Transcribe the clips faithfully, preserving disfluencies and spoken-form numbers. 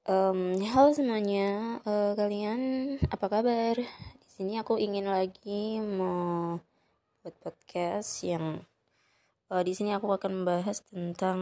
Um, halo semuanya, eh, kalian apa kabar? Di sini aku ingin lagi mau buat podcast yang eh, di sini aku akan membahas tentang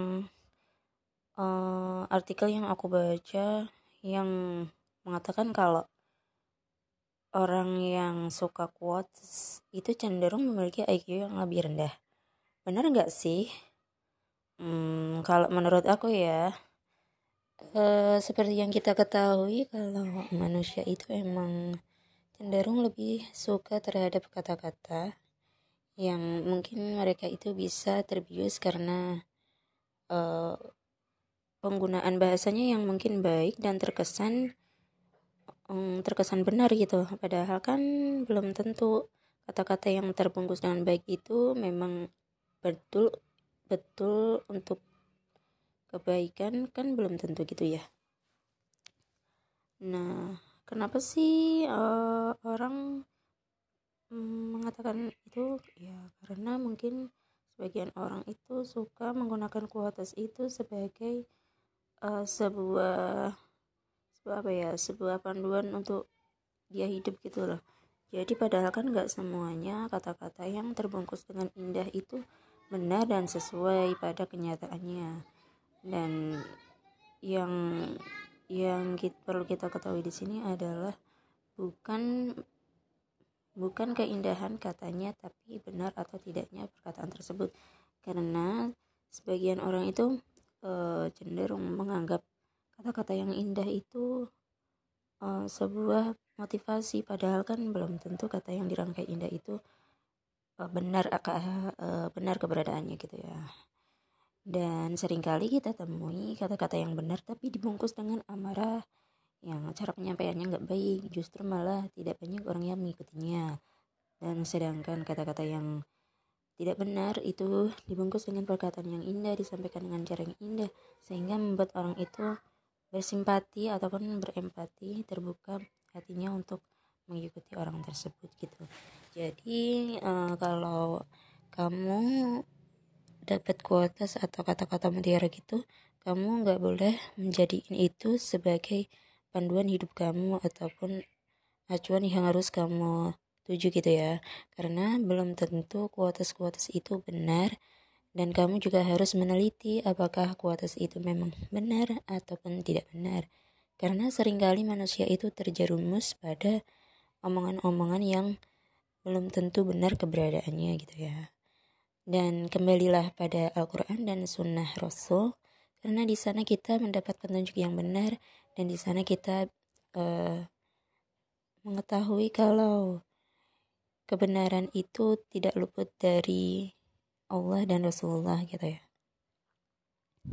eh, artikel yang aku baca yang mengatakan kalau orang yang suka quotes itu cenderung memiliki I Q yang lebih rendah. Benar nggak sih? Hmm, kalau menurut aku ya, eh, seperti yang kita ketahui kalau manusia itu emang cenderung lebih suka terhadap kata-kata yang mungkin mereka itu bisa terbius karena uh, penggunaan bahasanya yang mungkin baik dan terkesan um, terkesan benar gitu. Padahal kan belum tentu kata-kata yang terbungkus dengan baik itu memang betul betul untuk kebaikan, kan belum tentu gitu ya. Nah, kenapa sih uh, orang mengatakan itu? Ya karena mungkin sebagian orang itu suka menggunakan quotes itu sebagai uh, sebuah sebuah apa ya sebuah panduan untuk dia hidup gitu loh. Jadi padahal kan nggak semuanya kata-kata yang terbungkus dengan indah itu benar dan sesuai pada kenyataannya. Dan yang yang kita, perlu kita ketahui di sini adalah bukan bukan keindahan katanya, tapi benar atau tidaknya perkataan tersebut. Karena sebagian orang itu e, cenderung menganggap kata-kata yang indah itu e, sebuah motivasi, padahal kan belum tentu kata yang dirangkai indah itu e, benar e, benar keberadaannya gitu ya. Dan seringkali kita temui kata-kata yang benar tapi dibungkus dengan amarah, yang cara penyampaiannya nggak baik, justru malah tidak banyak orang yang mengikutinya. Dan sedangkan kata-kata yang tidak benar itu dibungkus dengan perkataan yang indah, disampaikan dengan cara yang indah, sehingga membuat orang itu bersimpati ataupun berempati, terbuka hatinya untuk mengikuti orang tersebut gitu. Jadi uh, kalau kamu dapat quotes atau kata-kata mutiara gitu, kamu nggak boleh menjadikan itu sebagai panduan hidup kamu ataupun acuan yang harus kamu tuju gitu ya, karena belum tentu quotes-quotes itu benar, dan kamu juga harus meneliti apakah quotes itu memang benar ataupun tidak benar, karena seringkali manusia itu terjerumus pada omongan-omongan yang belum tentu benar keberadaannya gitu ya. Dan kembalilah pada Al-Quran dan Sunnah Rasul, karena di sana kita mendapat petunjuk yang benar, dan di sana kita uh, mengetahui kalau kebenaran itu tidak luput dari Allah dan Rasulullah gitu ya.